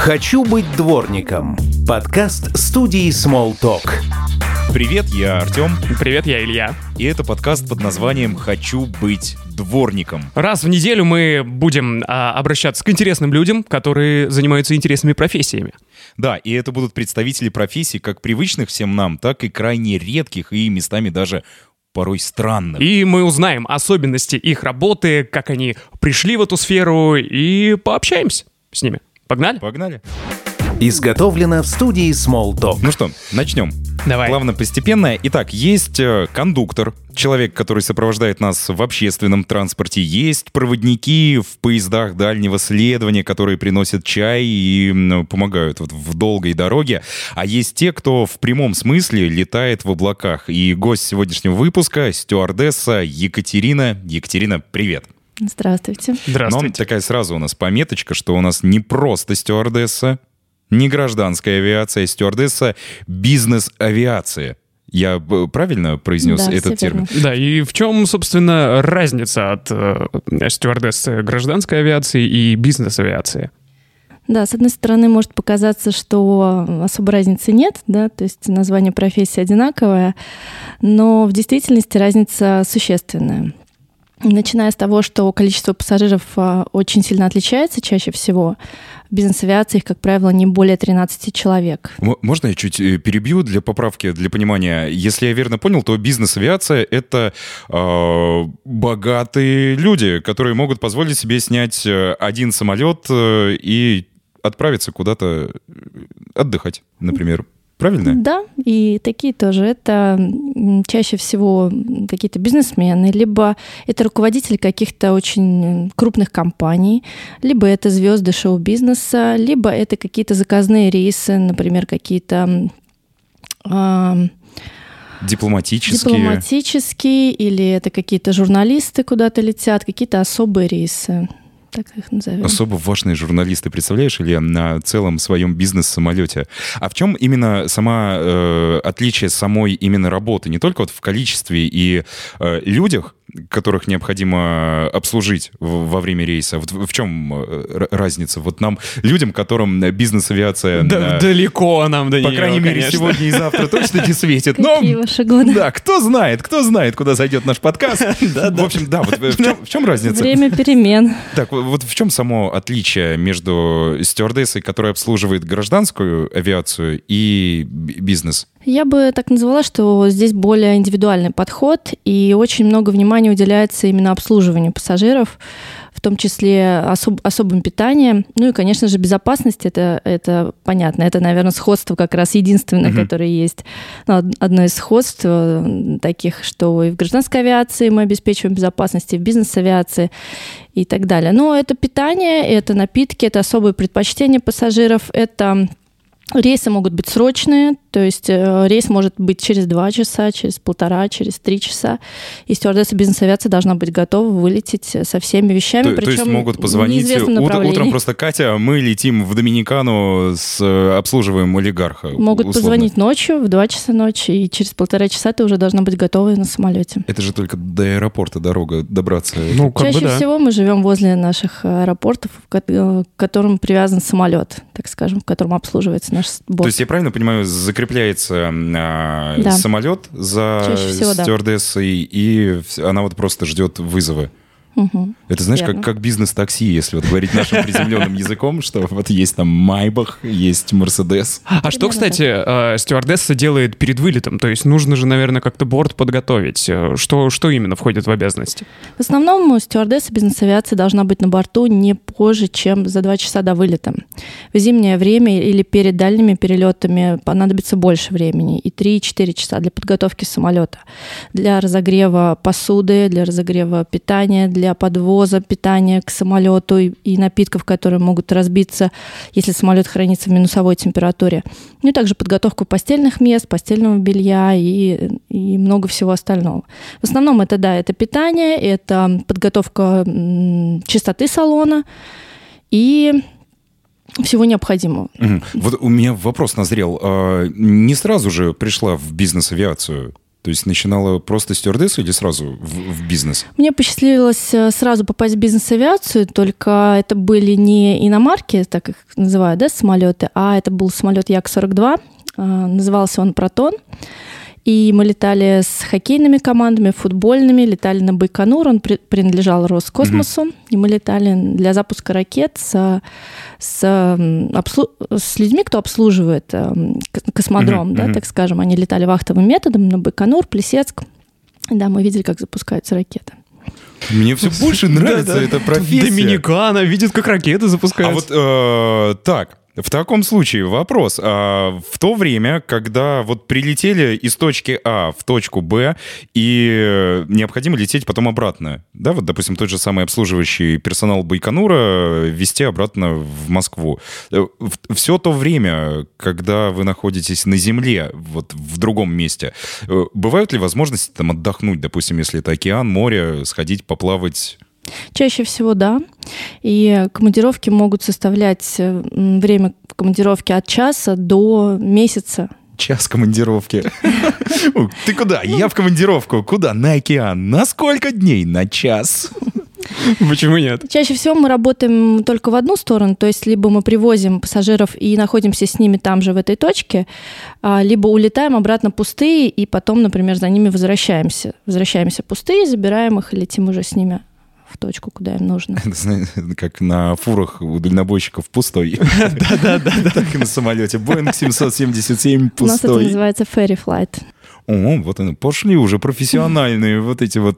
«Хочу быть дворником» – подкаст студии Smalltalk. Привет, я Артем. Привет, я Илья. И это подкаст под названием «Хочу быть дворником». Раз в неделю мы будем обращаться к интересным людям, которые занимаются интересными профессиями. Да, и это будут представители профессий как привычных всем нам, так и крайне редких и местами даже порой странных. И мы узнаем особенности их работы, как они пришли в эту сферу, и пообщаемся с ними. Погнали? Погнали. Изготовлено в студии Smalltalk. Ну что, начнем. Давай. Плавно, постепенно. Итак, есть кондуктор, человек, который сопровождает нас в общественном транспорте. Есть проводники в поездах дальнего следования, которые приносят чай и помогают вот в долгой дороге. А есть те, кто в прямом смысле летает в облаках. И гость сегодняшнего выпуска — стюардесса Екатерина. Екатерина, привет. Здравствуйте. Здравствуйте. Но такая сразу у нас пометочка, что у нас не просто стюардесса, не гражданская авиация, а стюардесса бизнес-авиация. Я правильно произнес этот термин? Да, и в чем, собственно, разница от стюардессы гражданской авиации и бизнес-авиации? Да, с одной стороны, может показаться, что особой разницы нет, да, то есть название профессии одинаковое, но в действительности разница существенная. Начиная с того, что количество пассажиров очень сильно отличается чаще всего. В бизнес-авиации их, как правило, не более 13 человек. Можно я чуть перебью для поправки, для понимания? Если я верно понял, то бизнес-авиация — это богатые люди, которые могут позволить себе снять один самолет и отправиться куда-то отдыхать, например. Правильно? Да, и такие тоже. Это чаще всего какие-то бизнесмены, либо это руководители каких-то очень крупных компаний, либо это звезды шоу-бизнеса, либо это какие-то заказные рейсы, например, какие-то дипломатические, или это какие-то журналисты куда-то летят, какие-то особые рейсы. Так их назовем. Особо важные журналисты, представляешь, Илья, на целом своем бизнес-самолете. А в чем именно отличие самой именно работы? Не только вот в количестве и людях, которых необходимо обслужить во время рейса. Вот в чем разница? Вот нам, людям, которым бизнес-авиация... Далеко нам до нее, по крайней мере, конечно. сегодня и завтра точно не светит. Какие ваши годы? Да, кто знает, куда зайдет наш подкаст. В общем, да, вот в чем разница? Время перемен. Так, вот в чем само отличие между стюардессой, которая обслуживает гражданскую авиацию, и бизнес? Я бы так назвала, что здесь более индивидуальный подход, и очень много внимания уделяется именно обслуживанию пассажиров, в том числе особым питанием. Ну и, конечно же, безопасность, это понятно. Это, наверное, сходство как раз единственное, которое есть. Одно из сходств таких, что и в гражданской авиации мы обеспечиваем безопасность, и в бизнес-авиации, и так далее. Но это питание, это напитки, это особые предпочтения пассажиров, это... Рейсы могут быть срочные, то есть рейс может быть через 2 часа, через 1,5, через 3 часа. И стюардесса бизнес-авиации должна быть готова вылететь со всеми вещами. То есть могут позвонить утром просто: Катя, мы летим в Доминикану, обслуживаем олигарха. Могут условно позвонить ночью, в 2 часа ночи, и через 1,5 часа ты уже должна быть готова на самолете. Это же только до аэропорта дорога добраться. Ну, Чаще всего мы живем возле наших аэропортов, к которым привязан самолет, так скажем, в котором обслуживается наш борт. То есть я правильно понимаю, закрепляется самолет за стюардессой, и она вот просто ждет вызова? Угу. Это, знаешь, как бизнес-такси, если вот говорить нашим приземленным языком, что вот есть там Майбах, есть Мерседес. А что, кстати, стюардесса делает перед вылетом? То есть нужно же, наверное, как-то борт подготовить. Что именно входит в обязанности? В основном стюардесса бизнес-авиации должна быть на борту не позже, чем за 2 часа до вылета. В зимнее время или перед дальними перелетами понадобится больше времени, и 3-4 часа для подготовки самолета, для разогрева посуды, для разогрева питания, для подвоза питания к самолету и напитков, которые могут разбиться, если самолет хранится в минусовой температуре. Ну и также подготовку постельных мест, постельного белья и много всего остального. В основном это питание, это подготовка чистоты салона и всего необходимого. Вот у меня вопрос назрел. Не сразу же пришла в бизнес-авиацию? То есть начинала просто стюардессой или сразу в бизнес? Мне посчастливилось сразу попасть в бизнес-авиацию, только это были не иномарки, так их называют, да, самолеты, а это был самолет Як-42, назывался он «Протон». И мы летали с хоккейными командами, футбольными, летали на Байконур, он принадлежал Роскосмосу, и мы летали для запуска ракет с людьми, кто обслуживает космодром, да, так скажем. Они летали вахтовым методом на Байконур, Плесецк. Да, мы видели, как запускаются ракеты. Мне все больше нравится эта профессия. Доминикана видит, как ракеты запускаются. А вот так. В таком случае вопрос. В то время, когда вот прилетели из точки А в точку Б, и необходимо лететь потом обратно, да, вот, допустим, тот же самый обслуживающий персонал Байконура везти обратно в Москву. Все то время, когда вы находитесь на Земле, вот в другом месте, бывают ли возможности там отдохнуть, допустим, если это океан, море, сходить, поплавать? Чаще всего да. И командировки могут составлять время командировки от часа до месяца. Час командировки. Ты куда? Я в командировку. Куда? На океан. На сколько дней? На час. Почему нет? Чаще всего мы работаем только в одну сторону, то есть либо мы привозим пассажиров и находимся с ними там же, в этой точке, либо улетаем обратно пустые, и потом, например, за ними возвращаемся. Возвращаемся пустые, забираем их и летим уже с ними в точку, куда им нужно. Как на фурах у дальнобойщиков пустой. Да. Так и на самолете. Боинг 777 пустой. У нас это называется ferry flight. О, вот они, пошли уже профессиональные вот эти вот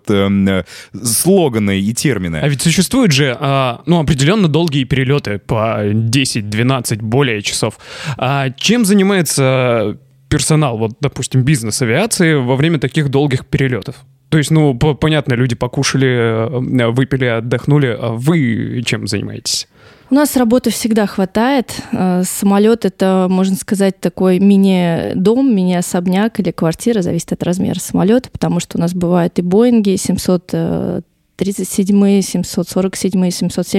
слоганы и термины. А ведь существуют же, определенно долгие перелеты по 10-12 более часов. Чем занимается персонал, вот, допустим, бизнес-авиации во время таких долгих перелетов? То есть, понятно, люди покушали, выпили, отдохнули, а вы чем занимаетесь? У нас работы всегда хватает. Самолет — это, можно сказать, такой мини-дом, мини-особняк или квартира, зависит от размера самолета, потому что у нас бывают и Боинги 737, 747,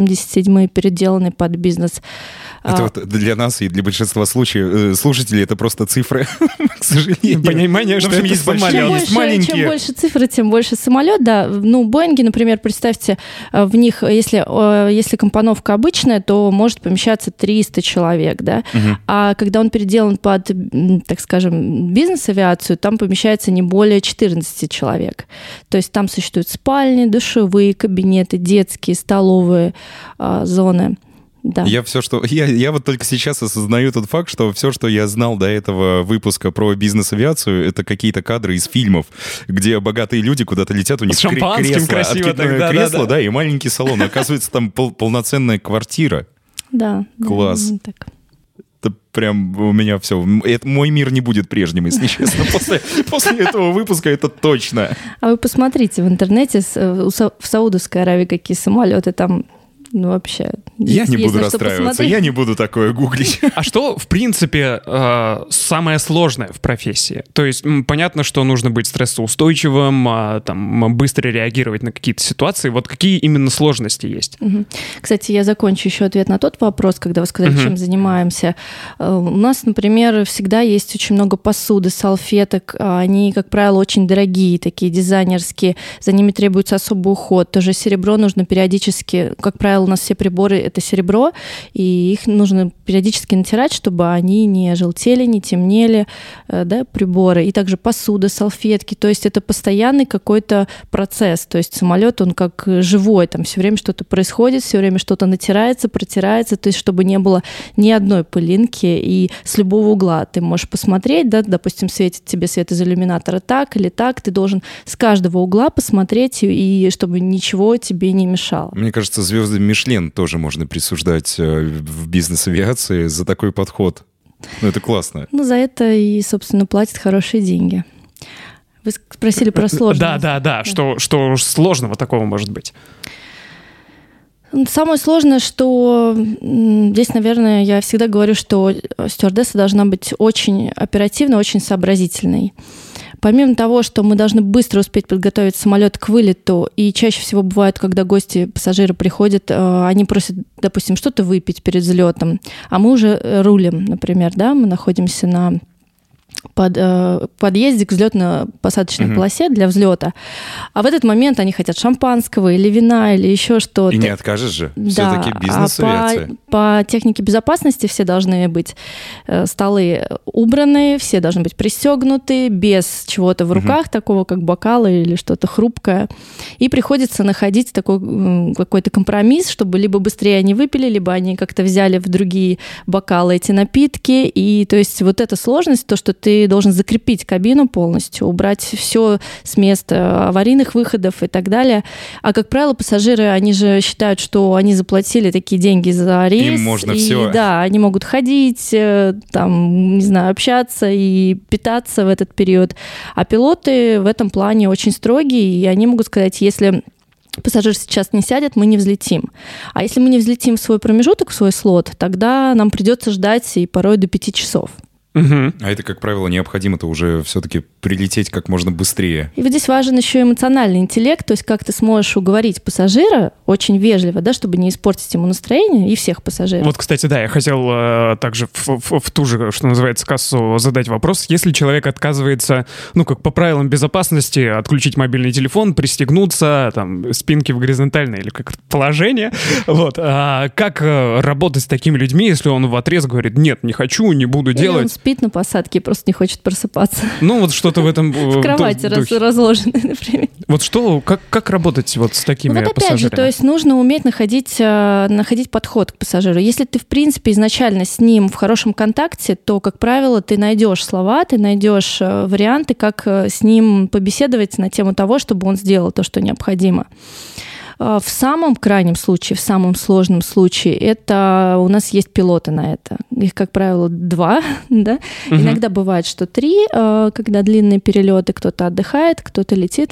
777 переделаны под бизнес. Это вот для нас и для большинства слушателей это просто цифры, к сожалению. Понимание, что есть самолет, есть маленькие. Чем больше цифр, тем больше самолет, да. Боинги, например, представьте, в них, если компоновка обычная, то может помещаться 300 человек, да. А когда он переделан под, так скажем, бизнес-авиацию, там помещается не более 14 человек. То есть там существуют спальни, душевые, кабинеты, детские, столовые зоны. Да. Я вот только сейчас осознаю тот факт, что все, что я знал до этого выпуска про бизнес-авиацию, это какие-то кадры из фильмов, где богатые люди куда-то летят, у них откидное кресло, да, и маленький салон. Оказывается, там полноценная квартира. Да. Класс. Да, так. Это прям у меня все. Мой мир не будет прежним, если честно. После этого выпуска это точно. А вы посмотрите в интернете в Саудовской Аравии какие самолеты там. Вообще. Я не буду расстраиваться, я не буду такое гуглить. А что, в принципе, самое сложное в профессии? То есть понятно, что нужно быть стрессоустойчивым, там, быстро реагировать на какие-то ситуации. Вот какие именно сложности есть? Кстати, я закончу еще ответ на тот вопрос, когда вы сказали, чем занимаемся. У нас, например, всегда есть очень много посуды, салфеток. Они, как правило, очень дорогие, такие дизайнерские. За ними требуется особый уход. Тоже серебро нужно периодически, как правило, у нас все приборы — это серебро, и их нужно периодически натирать, чтобы они не желтели, не темнели, да, приборы. И также посуда, салфетки. То есть это постоянный какой-то процесс. То есть самолет, он как живой, там все время что-то происходит, все время что-то натирается, протирается, то есть чтобы не было ни одной пылинки, и с любого угла ты можешь посмотреть, да, допустим, светит тебе свет из иллюминатора так или так, ты должен с каждого угла посмотреть, и чтобы ничего тебе не мешало. Мне кажется, звезды Мишлен тоже можно присуждать в бизнес-авиации за такой подход. Это классно. За это и, собственно, платят хорошие деньги. Вы спросили про сложность. Да. Что сложного такого может быть? Самое сложное, что здесь, наверное, я всегда говорю, что стюардесса должна быть очень оперативной, очень сообразительной. Помимо того, что мы должны быстро успеть подготовить самолет к вылету, и чаще всего бывает, когда гости, пассажиры приходят, они просят, допустим, что-то выпить перед взлетом, а мы уже рулим, например, да, мы находимся на подъезде к взлетно-посадочной полосе для взлета. А в этот момент они хотят шампанского или вина, или еще что-то. И не откажешь же. Да. Все-таки бизнес-авиация. По технике безопасности все должны быть столы убраны, все должны быть пристегнуты, без чего-то в руках, такого как бокалы или что-то хрупкое. И приходится находить такой какой-то компромисс, чтобы либо быстрее они выпили, либо они как-то взяли в другие бокалы эти напитки. И то есть вот эта сложность, то, что ты должен закрепить кабину полностью, убрать все с места аварийных выходов и так далее. А, как правило, пассажиры, они же считают, что они заплатили такие деньги за рейс. Им можно и, все. Да, они могут ходить, там, не знаю, общаться и питаться в этот период. А пилоты в этом плане очень строгие, и они могут сказать, если пассажир сейчас не сядет, мы не взлетим. А если мы не взлетим в свой промежуток, в свой слот, тогда нам придется ждать и порой до 5 часов. А это, как правило, необходимо-то уже все-таки прилететь как можно быстрее. И вот здесь важен еще эмоциональный интеллект, то есть как ты сможешь уговорить пассажира очень вежливо, да, чтобы не испортить ему настроение и всех пассажиров. Вот, кстати, да, я хотел также в ту же, что называется, кассу задать вопрос. Если человек отказывается, ну, как по правилам безопасности, отключить мобильный телефон, пристегнуться, там, спинки в горизонтальное или как положение, вот, как работать с такими людьми, если он вотрез говорит, нет, не хочу, не буду Или делать? он спит на посадке и просто не хочет просыпаться. Ну, вот что-то в этом В кровати разложенной, например. Вот что, как работать вот с такими Вот опять пассажирами? же, то есть нужно уметь находить подход к пассажиру. Если ты, в принципе, изначально с ним в хорошем контакте, то, как правило, ты найдешь слова, ты найдешь варианты, как с ним побеседовать на тему того, чтобы он сделал то, что необходимо. В самом крайнем случае, в самом сложном случае, это у нас есть пилоты на это. Их, как правило, 2, да? Иногда бывает, что 3, когда длинные перелеты, кто-то отдыхает, кто-то летит.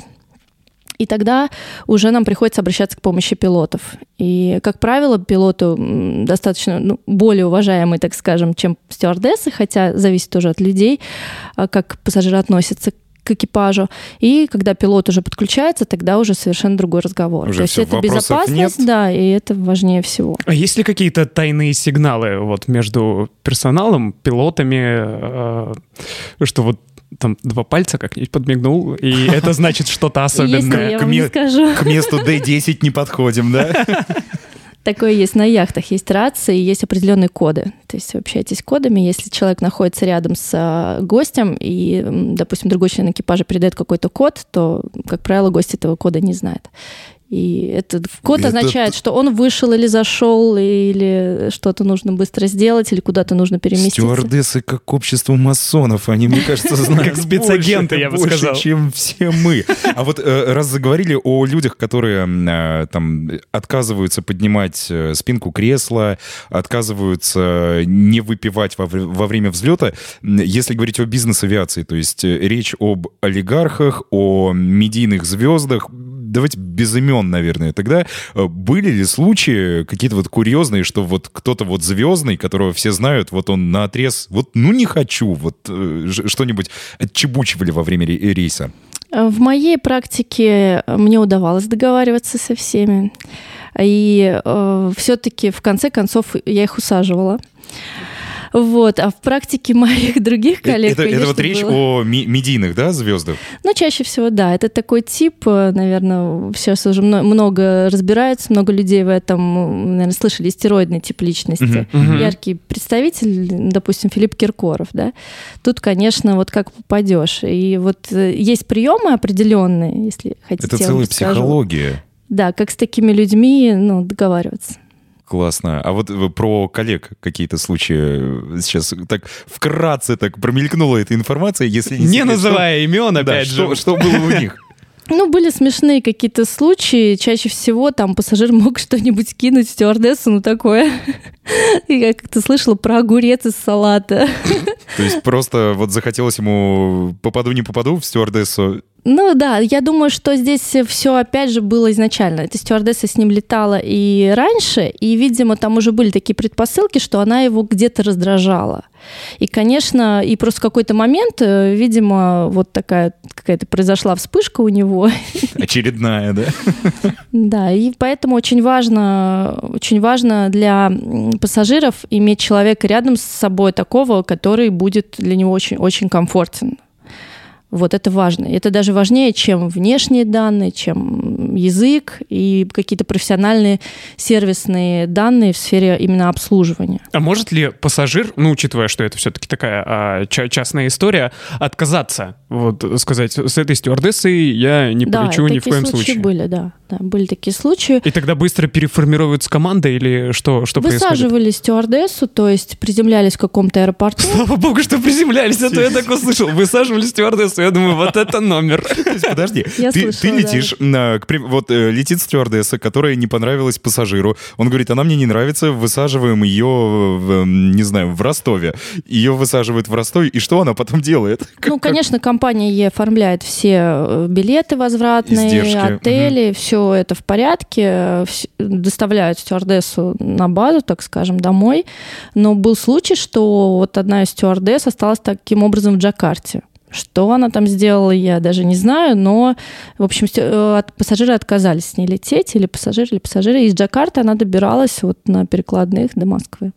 И тогда уже нам приходится обращаться к помощи пилотов. И, как правило, пилоты достаточно более уважаемые, так скажем, чем стюардессы, хотя зависит тоже от людей, как пассажиры относятся к экипажу. И когда пилот уже подключается, тогда уже совершенно другой разговор. Уже то есть все, это вопросов безопасность, нет. да, и это важнее всего. А есть ли какие-то тайные сигналы вот между персоналом, пилотами, что вот там 2 пальца как-нибудь подмигнул, и это значит что-то особенное? Я вам не скажу. К месту D10 не подходим, да? Такое есть на яхтах, есть рации, есть определенные коды. То есть вы общаетесь кодами. Если человек находится рядом с гостем, и, допустим, другой член экипажа передает какой-то код, то, как правило, гость этого кода не знает. И этот код означает, что он вышел или зашел, или что-то нужно быстро сделать, или куда-то нужно переместиться. Стюардессы как общество масонов, они, мне кажется, знают Как спецагенты, я бы сказал. чем все мы. А вот раз заговорили о людях, которые там отказываются поднимать спинку кресла, отказываются не выпивать во время взлета, если говорить о бизнес-авиации, то есть речь об олигархах, о медийных звездах, давайте без имен, наверное. Тогда были ли случаи какие-то вот курьезные, что вот кто-то вот звездный, которого все знают, вот он наотрез, вот ну не хочу, вот что-нибудь отчебучивали во время рейса? В моей практике мне удавалось договариваться со всеми. И все-таки в конце концов я их усаживала. Вот. А в практике моих других коллег, это вот речь о медийных, да, звездах? Ну, чаще всего, да. Это такой тип, наверное, сейчас уже много разбираются, много людей в этом, наверное, слышали, стероидный тип личности. Яркий представитель, допустим, Филипп Киркоров, да. Тут, конечно, вот как попадешь. И вот есть приемы определенные, если хотите. Это целая психология. Да, как с такими людьми, договариваться. Классно. А вот про коллег какие-то случаи сейчас так вкратце так промелькнула эта информация, если не называя имен, опять же. Что было у них? Были смешные какие-то случаи. Чаще всего там пассажир мог что-нибудь кинуть стюардессу, такое. Я как-то слышала про огурец из салата. То есть просто вот захотелось ему попаду, не попаду в стюардессу? Ну да, я думаю, что здесь все опять же было изначально. Эта стюардесса с ним летала и раньше, и, видимо, там уже были такие предпосылки, что она его где-то раздражала. И, конечно, и просто в какой-то момент, видимо, вот такая какая-то произошла вспышка у него. Очередная, да? Да, и поэтому очень важно для пассажиров иметь человека рядом с собой такого, который будет для него очень комфортен. Вот это важно. Это даже важнее, чем внешние данные, чем язык и какие-то профессиональные сервисные данные в сфере именно обслуживания. А может ли пассажир, учитывая, что это все-таки такая частная история, отказаться? Вот сказать, с этой стюардессой я не полечу ни в коем случае. Да, были такие случаи. И тогда быстро переформируется команда или что происходит? Высаживали стюардессу, то есть приземлялись в каком-то аэропорту. Слава богу, что приземлялись, а то я так услышал. Высаживали стюардессу, я думаю, вот это номер. Подожди, ты летишь, вот летит стюардесса, которая не понравилась пассажиру. Он говорит, она мне не нравится, высаживаем ее, не знаю, в Ростове. Ее высаживают в Ростове, и что она потом делает? Конечно, компания ей оформляет все билеты возвратные, издержки, отели, все это в порядке, доставляют стюардессу на базу, так скажем, домой. Но был случай, что вот одна из стюардесс осталась таким образом в Джакарте. Что она там сделала, я даже не знаю, но, в общем, пассажиры отказались с ней лететь, или пассажиры. Из Джакарты она добиралась вот на перекладных до Москвы.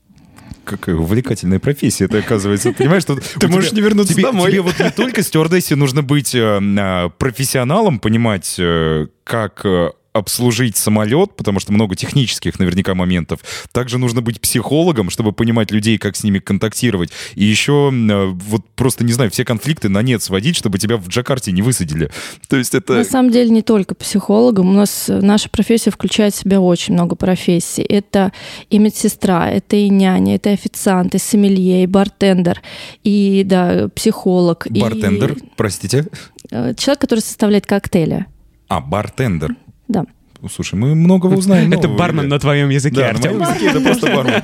Какая увлекательная профессия это, оказывается. Ты понимаешь, что ты можешь не вернуться домой. Тебе вот не только стюардессе нужно быть профессионалом, понимать, как обслужить самолет, потому что много технических наверняка моментов. Также нужно быть психологом, чтобы понимать людей, как с ними контактировать. И еще вот просто, не знаю, все конфликты на нет сводить, чтобы тебя в Джакарте не высадили. То есть это... На самом деле не только психологом. У нас наша профессия включает в себя очень много профессий. Это и медсестра, это и няня, это и официант, и сомелье, и бартендер, и, да, психолог. Бартендер, простите? Человек, который составляет коктейли. Бартендер. Да. Слушай, мы многого узнаем. Это бармен на твоем языке, да, Артем. На моем языке это просто бармен.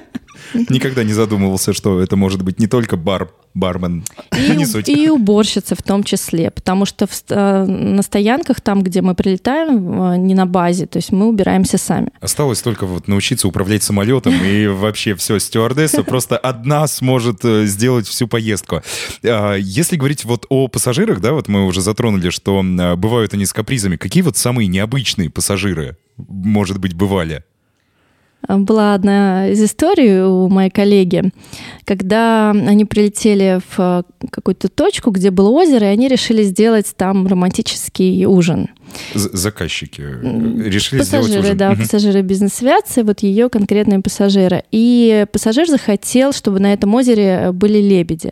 Никогда не задумывался, что это может быть не только бармен. И уборщица в том числе, потому что на стоянках, там, где мы прилетаем, не на базе, то есть мы убираемся сами. Осталось только вот научиться управлять самолетом, и вообще все, стюардесса просто одна сможет сделать всю поездку. Если говорить вот о пассажирах, да, вот мы уже затронули, что бывают они с капризами. Какие вот самые необычные пассажиры, может быть, бывали? Была одна из историй у моей коллеги, когда они прилетели в какую-то точку, где было озеро, и они решили сделать там романтический ужин. Заказчики решили сделать ужин? Да, пассажиры бизнес-авиации, вот ее конкретные пассажиры. И пассажир захотел, чтобы на этом озере были лебеди.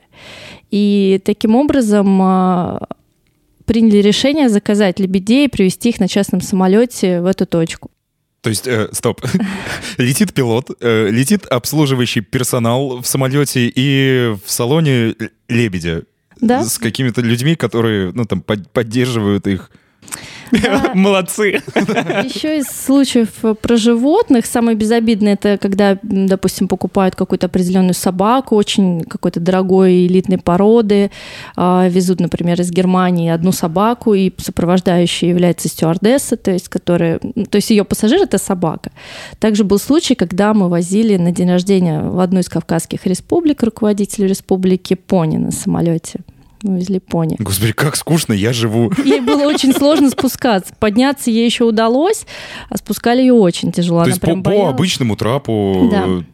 И таким образом приняли решение заказать лебедей и привезти их на частном самолете в эту точку. То есть, стоп, летит пилот, летит обслуживающий персонал в самолете и в салоне лебедя. Да? С какими-то людьми, которые, там, поддерживают их. Да. Молодцы. Еще из случаев про животных. Самое безобидное — это когда, допустим, покупают какую-то определенную собаку, очень какой-то дорогой элитной породы, везут, например, из Германии одну собаку, и сопровождающей является стюардесса, то есть ее пассажир — это собака. Также был случай, когда мы возили на день рождения в одну из Кавказских республик руководителю республики пони на самолете. Мы везли пони. Господи, как скучно, я живу. Ей было очень сложно спускаться. Подняться ей еще удалось, а спускали ее очень тяжело. То есть по обычному трапу...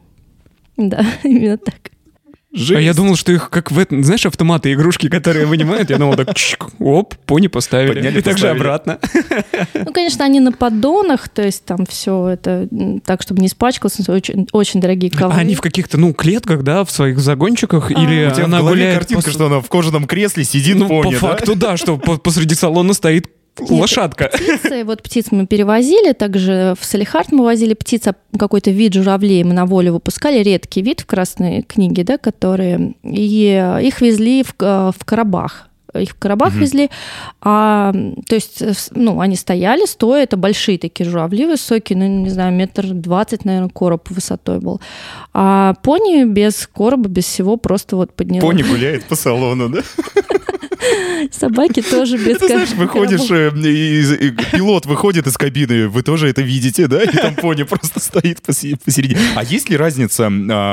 Да, именно так. Жесть. А я думал, что их как в этом, знаешь, автоматы, игрушки, которые вынимают, я думал, так, оп, пони поставили. Подняли, и так же обратно. Конечно, они на поддонах, то есть там все это так, чтобы не испачкалось, очень, очень дорогие ковры. А они в каких-то, клетках, да, в своих загончиках? Или у тебя она в голове гуляет... картинка, что она в кожаном кресле сидит, пони, по факту, да, что посреди салона стоит лошадка. Птиц мы перевозили, также в Салехард мы возили птиц, какой-то вид журавлей мы на волю выпускали, редкий вид в Красной книге, да, которые, и их везли в Карабах. Их в Карабах везли, то есть, они стояли, стоя, это большие такие журавли высокие, не знаю, 1,20 м, наверное, короб высотой был. А пони без короба, без всего просто вот поднялась. Пони гуляет по салону, да? Собаки тоже без Ты знаешь, выходишь, пилот выходит из кабины, вы тоже это видите, да? И там пони просто стоит посередине. А есть ли разница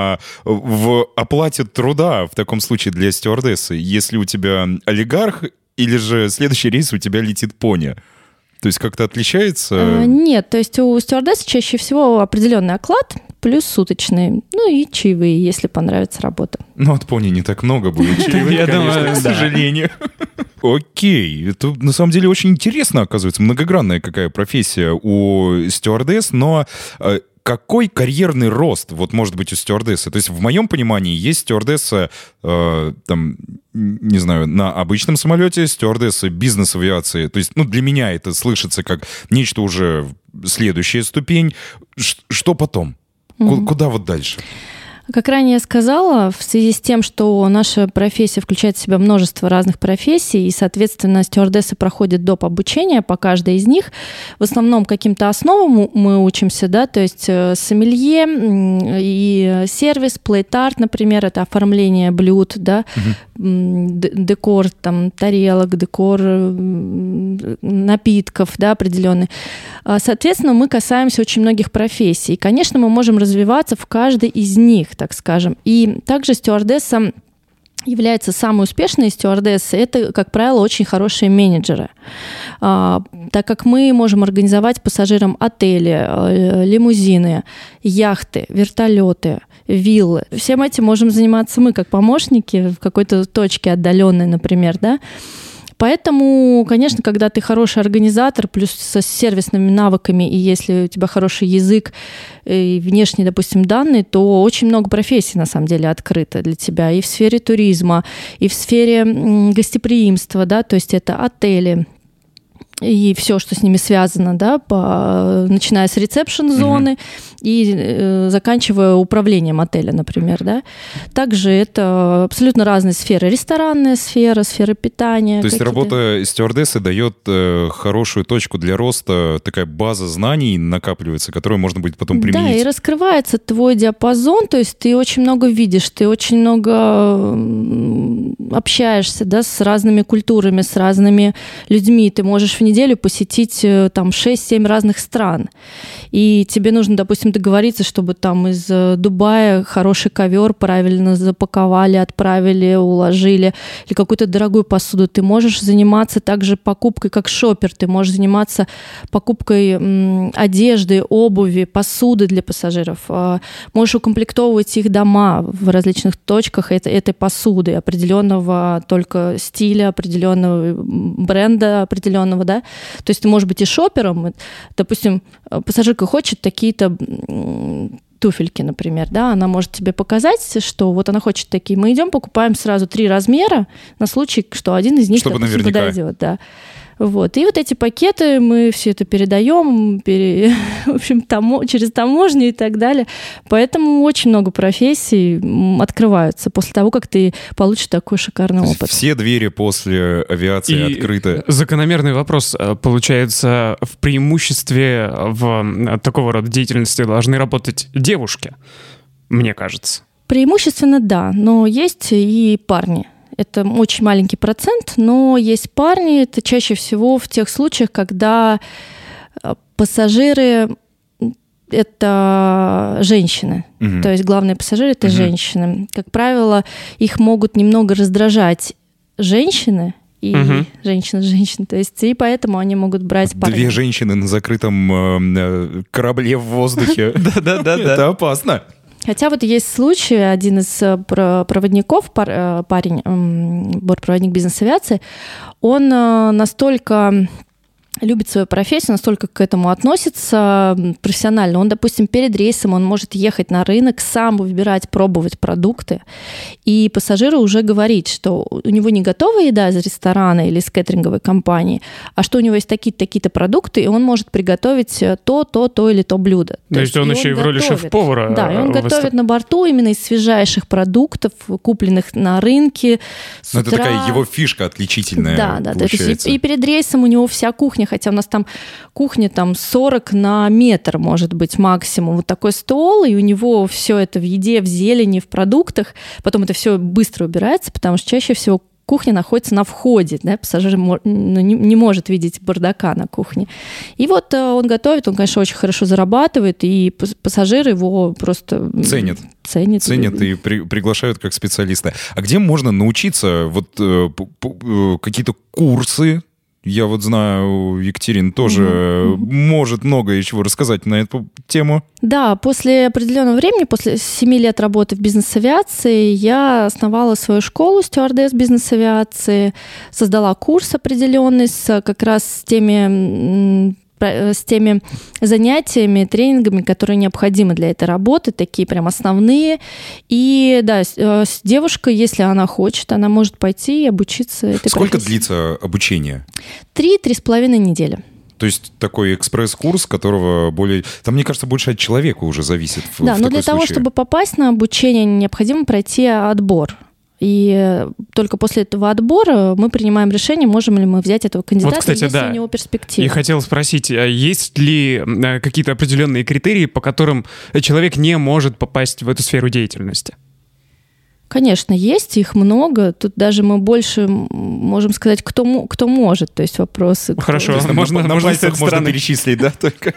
в оплате труда в таком случае для стюардессы, если у тебя олигарх или же следующий рейс у тебя летит пони? То есть как-то отличается? Нет, то есть у стюардессы чаще всего определенный оклад, плюс суточный, ну и чаевые, если понравится работа. Ну, от пони не так много будет чаевых, конечно, к сожалению. Окей, это на самом деле очень интересно, оказывается, многогранная какая профессия у стюардесс, но какой карьерный рост вот может быть у стюардессы? То есть в моем понимании есть стюардесса, там, не знаю, на обычном самолете, стюардесса бизнес-авиации. То есть, ну, для меня это слышится как нечто уже следующая ступень. Что потом? Куда вот дальше? Как ранее сказала, в связи с тем, что наша профессия включает в себя множество разных профессий, и, соответственно, стюардессы проходят доп. Обучение по каждой из них. В основном каким-то основам мы учимся, да, то есть сомелье и сервис, плейт-арт, например, это оформление блюд, да, декор там, тарелок, декор напитков, да, определенный. Соответственно, мы касаемся очень многих профессий. И, конечно, мы можем развиваться в каждой из них, так скажем. И также стюардесса является самой успешной стюардессой. Это, как правило, очень хорошие менеджеры. Так как мы можем организовать пассажирам отели, лимузины, яхты, вертолеты, виллы. Всем этим можем заниматься мы, как помощники в какой-то точке отдаленной, например, да. Поэтому, конечно, когда ты хороший организатор, плюс со сервисными навыками, и если у тебя хороший язык и внешние, допустим, данные, то очень много профессий, на самом деле, открыто для тебя. И в сфере туризма, и в сфере гостеприимства, да, то есть это отели, и все, что с ними связано, да, начиная с ресепшн-зоны и заканчивая управлением отеля, например, да. Также это абсолютно разные сферы. Ресторанная сфера, сфера питания. То есть работа стюардессы дает хорошую точку для роста, такая база знаний накапливается, которую можно будет потом применить. Да, и раскрывается твой диапазон, то есть ты очень много видишь, ты очень много общаешься, да, с разными культурами, с разными людьми. Ты можешь в неделю посетить там 6-7 разных стран. И тебе нужно, допустим, договориться, чтобы там из Дубая хороший ковер правильно запаковали, отправили, уложили, или какую-то дорогую посуду. Ты можешь заниматься также покупкой, как шопер. Ты можешь заниматься покупкой одежды, обуви, посуды для пассажиров. Можешь укомплектовывать их дома в различных точках этой посуды, определенного только стиля, определенного бренда, определенного, да. То есть ты можешь быть и шопером. Допустим, пассажирка хочет такие-то туфельки, например, да, она может тебе показать, что вот она хочет такие. Мы идем, покупаем сразу 3 размера на случай, что один из них, допустим, подойдет, да. Вот. И вот эти пакеты, мы все это передаем, в общем, через таможню и так далее. Поэтому очень много профессий открываются после того, как ты получишь такой шикарный опыт. Все двери после авиации открыты. Закономерный вопрос. Получается, в преимуществе в такого рода деятельности должны работать девушки, мне кажется. Преимущественно да, но есть и парни. Это очень маленький процент, но есть парни, это чаще всего в тех случаях, когда пассажиры — это женщины. То есть главные пассажиры — это женщины. Как правило, их могут немного раздражать женщины, и женщины. То есть и поэтому они могут брать парней. 2 женщины на закрытом корабле в воздухе. Да-да-да. Это опасно. Хотя вот есть случай, один из проводников, парень, бортпроводник бизнес-авиации, он настолько любит свою профессию, настолько к этому относится профессионально. Он, допустим, перед рейсом он может ехать на рынок, сам выбирать, пробовать продукты, и пассажиру уже говорить, что у него не готовая еда из ресторана или из кэтеринговой компании, а что у него есть такие-то продукты, и он может приготовить то или то блюдо. То есть он еще и в роли шеф-повара. Да, и он готовит на борту именно из свежайших продуктов, купленных на рынке с утра. Это такая его фишка отличительная, да, получается. И перед рейсом у него вся кухня, хотя у нас там кухня 40 на метр, может быть, максимум. Вот такой стол, и у него все это в еде, в зелени, в продуктах. Потом это все быстро убирается, потому что чаще всего кухня находится на входе, да, пассажир не может видеть бардака на кухне. И вот он готовит, он, конечно, очень хорошо зарабатывает, и пассажиры его просто ценят и приглашают как специалиста. А где можно научиться вот какие-то курсы? Я вот знаю, Екатерина тоже может многое чего рассказать на эту тему. Да, после определенного времени, после 7 лет работы в бизнес-авиации, я основала свою школу стюардесс бизнес-авиации, создала курс определенный как раз с теми занятиями, тренингами, которые необходимы для этой работы, такие прям основные. И да, девушка, если она хочет, она может пойти и обучиться этой Сколько профессии. длится обучение? 3-3,5 недели. То есть такой экспресс-курс, которого там, мне кажется, больше от человека уже зависит. Да, но для того, чтобы попасть на обучение, необходимо пройти отбор. И только после этого отбора мы принимаем решение, можем ли мы взять этого кандидата, вот, кстати, если да. у него перспектива. Я хотел спросить, есть ли какие-то определенные критерии, по которым человек не может попасть в эту сферу деятельности? Конечно, есть, их много. Тут даже мы больше можем сказать, кто может. То есть вопросы... Хорошо, можно на пальцах можно перечислить, да, только...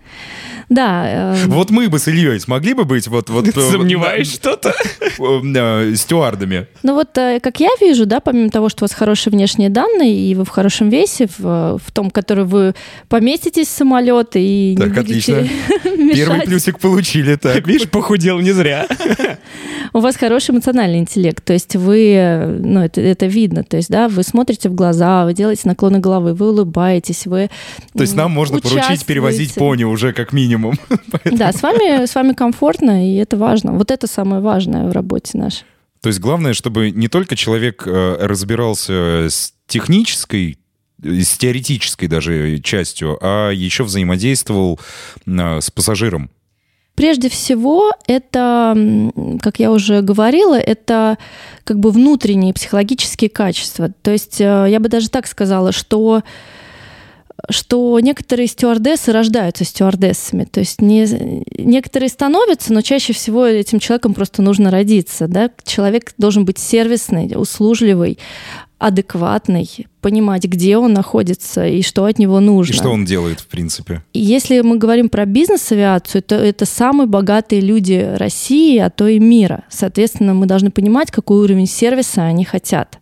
Да. Вот мы бы с Ильей смогли бы быть сомневаюсь что-то? Стюардами. Ну вот, как я вижу, да, помимо того, что у вас хорошие внешние данные, и вы в хорошем весе, в том, который вы поместитесь в самолет и так, не будете отлично. мешать. Первый плюсик получили. Так, видишь, похудел не зря. У вас хороший эмоциональный интеллект, то есть вы, это видно, то есть, да, вы смотрите в глаза, вы делаете наклоны головы, вы улыбаетесь, вы То есть нам можно поручить перевозить пони уже как минимум. Да, с вами комфортно, и это важно. Вот это самое важное в работе нашей. То есть главное, чтобы не только человек разбирался с технической, с теоретической даже частью, а еще взаимодействовал с пассажиром. Прежде всего, это, как я уже говорила, это как бы внутренние психологические качества. То есть я бы даже так сказала, что некоторые стюардессы рождаются стюардессами. То есть некоторые становятся, но чаще всего этим человеком просто нужно родиться. Да? Человек должен быть сервисный, услужливый, адекватный, понимать, где он находится и что от него нужно. И что он делает, в принципе. И если мы говорим про бизнес-авиацию, то это самые богатые люди России, а то и мира. Соответственно, мы должны понимать, какой уровень сервиса они хотят.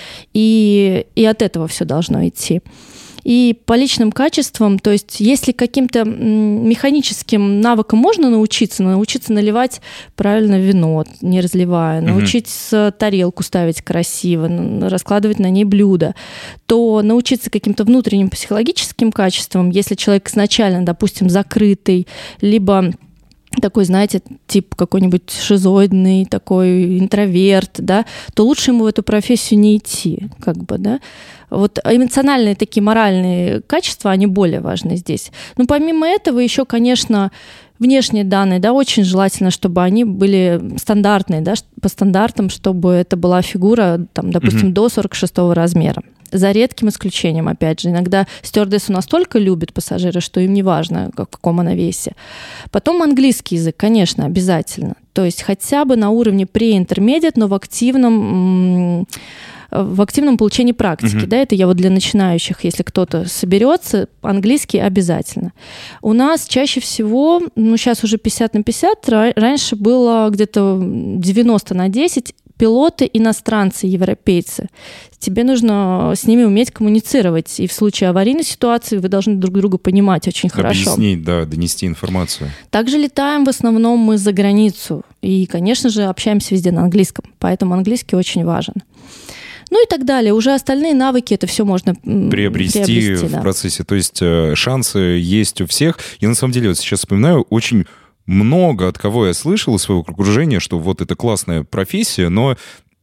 И от этого все должно идти. И по личным качествам, то есть если каким-то механическим навыкам можно научиться наливать правильно вино, не разливая, научиться тарелку ставить красиво, раскладывать на ней блюда, то научиться каким-то внутренним психологическим качествам, если человек изначально, допустим, закрытый, либо такой, знаете, тип какой-нибудь шизоидный, такой интроверт, да, то лучше ему в эту профессию не идти, как бы, да. Вот эмоциональные такие моральные качества, они более важны здесь. Но помимо этого еще, конечно, внешние данные, да, очень желательно, чтобы они были стандартные, да, по стандартам, чтобы это была фигура, там, допустим, до 46-го размера. За редким исключением, опять же. Иногда стюардессу настолько любят пассажиры, что им не важно, в каком она весе. Потом английский язык, конечно, обязательно. То есть хотя бы на уровне pre-intermediate, но в активном получении практики. Да, это я вот для начинающих, если кто-то соберется, английский обязательно. У нас чаще всего, сейчас уже 50/50, раньше было где-то 90/10, пилоты иностранцы, европейцы. Тебе нужно с ними уметь коммуницировать. И в случае аварийной ситуации вы должны друг друга понимать очень хорошо. Объяснить, да, донести информацию. Также летаем в основном мы за границу. И, конечно же, общаемся везде на английском. Поэтому английский очень важен. Ну и так далее. Уже остальные навыки, это все можно приобрести в процессе. То есть шансы есть у всех. Я на самом деле вот сейчас вспоминаю очень много от кого я слышал из своего окружения, что вот это классная профессия, но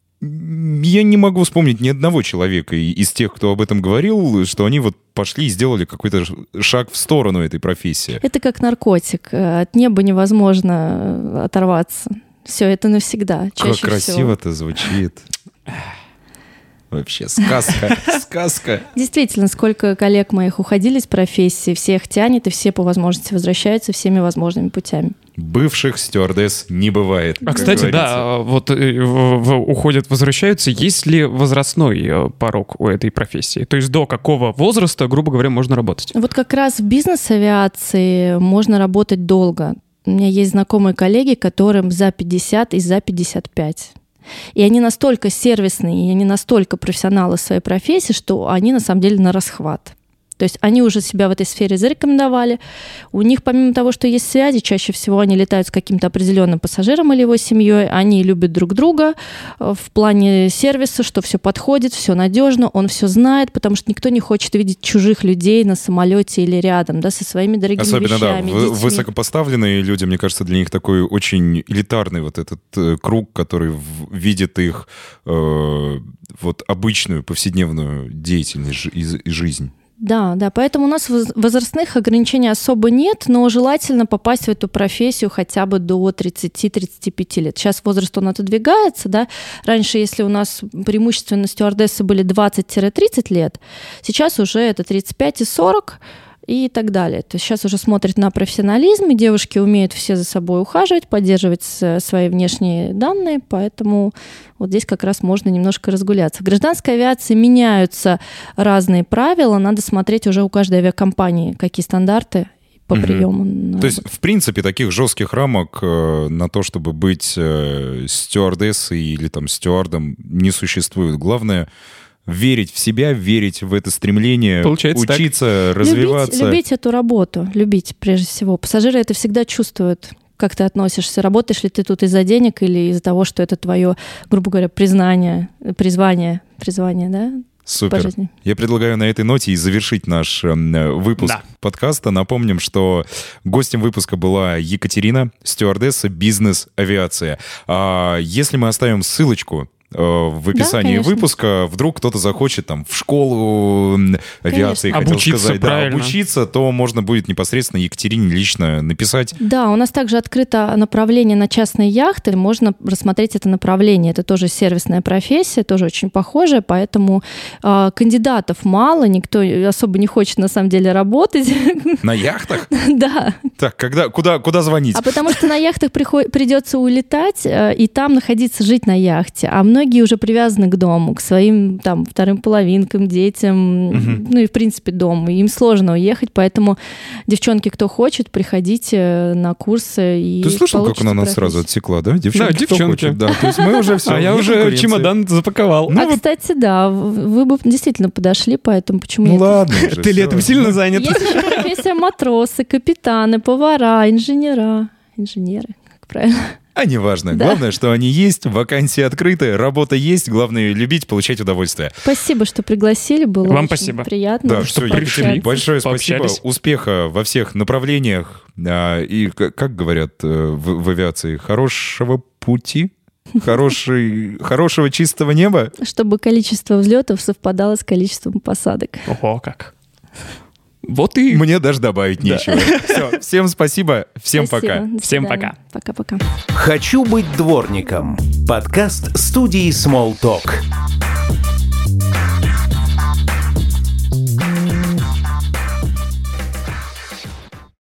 я не могу вспомнить ни одного человека из тех, кто об этом говорил, что они вот пошли и сделали какой-то шаг в сторону этой профессии. Это как наркотик. От неба невозможно оторваться. Все, это навсегда. Как красиво это звучит. Вообще сказка, сказка. Действительно, сколько коллег моих уходили из профессии, всех тянет, и все по возможности возвращаются всеми возможными путями. Бывших стюардесс не бывает. А, кстати, да, вот уходят, возвращаются. Есть ли возрастной порог у этой профессии? То есть до какого возраста, грубо говоря, можно работать? Вот как раз в бизнес-авиации можно работать долго. У меня есть знакомые коллеги, которым за 50 и за 55. И они настолько сервисные, и они настолько профессионалы в своей профессии, что они на самом деле на расхват. То есть они уже себя в этой сфере зарекомендовали. У них, помимо того, что есть связи, чаще всего они летают с каким-то определенным пассажиром или его семьей. Они любят друг друга в плане сервиса, что все подходит, все надежно, он все знает, потому что никто не хочет видеть чужих людей на самолете или рядом, да, со своими дорогими особенно, вещами. Особенно, да, высокопоставленные люди, мне кажется, для них такой очень элитарный вот этот круг, который видит их вот обычную повседневную деятельность и жизнь. Да, поэтому у нас возрастных ограничений особо нет, но желательно попасть в эту профессию хотя бы до 30-35 лет. Сейчас возраст, он отодвигается, да. Раньше, если у нас преимущественно стюардессы были 20-30 лет, сейчас уже это 35 и 40 и так далее. То есть сейчас уже смотрят на профессионализм, и девушки умеют все за собой ухаживать, поддерживать свои внешние данные, поэтому вот здесь как раз можно немножко разгуляться. В гражданской авиации меняются разные правила, надо смотреть уже у каждой авиакомпании, какие стандарты по приему. То есть, в принципе, таких жестких рамок на то, чтобы быть стюардессой или там стюардом, не существует. Главное — верить в себя, верить в это стремление, получается, учиться, так? развиваться. Любить эту работу, любить прежде всего. Пассажиры это всегда чувствуют. Как ты относишься? Работаешь ли ты тут из-за денег или из-за того, что это твое, грубо говоря, призвание, да? Супер. Я предлагаю на этой ноте и завершить наш выпуск подкаста. Напомним, что гостем выпуска была Екатерина, стюардесса бизнес-авиация. Если мы оставим ссылочку в описании выпуска, вдруг кто-то захочет там в школу авиации, обучиться, то можно будет непосредственно Екатерине лично написать. Да, у нас также открыто направление на частные яхты, можно рассмотреть это направление. Это тоже сервисная профессия, тоже очень похожая, поэтому кандидатов мало, никто особо не хочет на самом деле работать. На яхтах? Да. Так, куда звонить? А потому что на яхтах придется улетать и там находиться, жить на яхте, а многие уже привязаны к дому, к своим там вторым половинкам, детям, ну и в принципе дому. Им сложно уехать, поэтому девчонки, кто хочет, приходите на курсы и ты слышал, как она нас сразу отсекла, да? Девчонки. Кто хочет, да. То есть мы уже все. А я уже чемодан запаковал. Кстати, да, вы бы действительно подошли, поэтому почему нет? Ну ладно. Ты летом сильно занят. Есть еще профессия матросы, капитаны, повара, инженеры, как правильно. А неважно. Да. Главное, что они есть, вакансии открыты, работа есть. Главное — любить, получать удовольствие. Спасибо, что пригласили. Было вам очень спасибо. Приятно. Да, что Екатерина, большое спасибо. Успеха во всех направлениях. И, как говорят в авиации, хорошего пути. Хорошего чистого неба. Чтобы количество взлетов совпадало с количеством посадок. Ого, как. Вот и... Мне даже добавить нечего. Все, всем спасибо, всем пока. Всем пока. Пока-пока. «Хочу быть дворником» — подкаст студии Small Talk.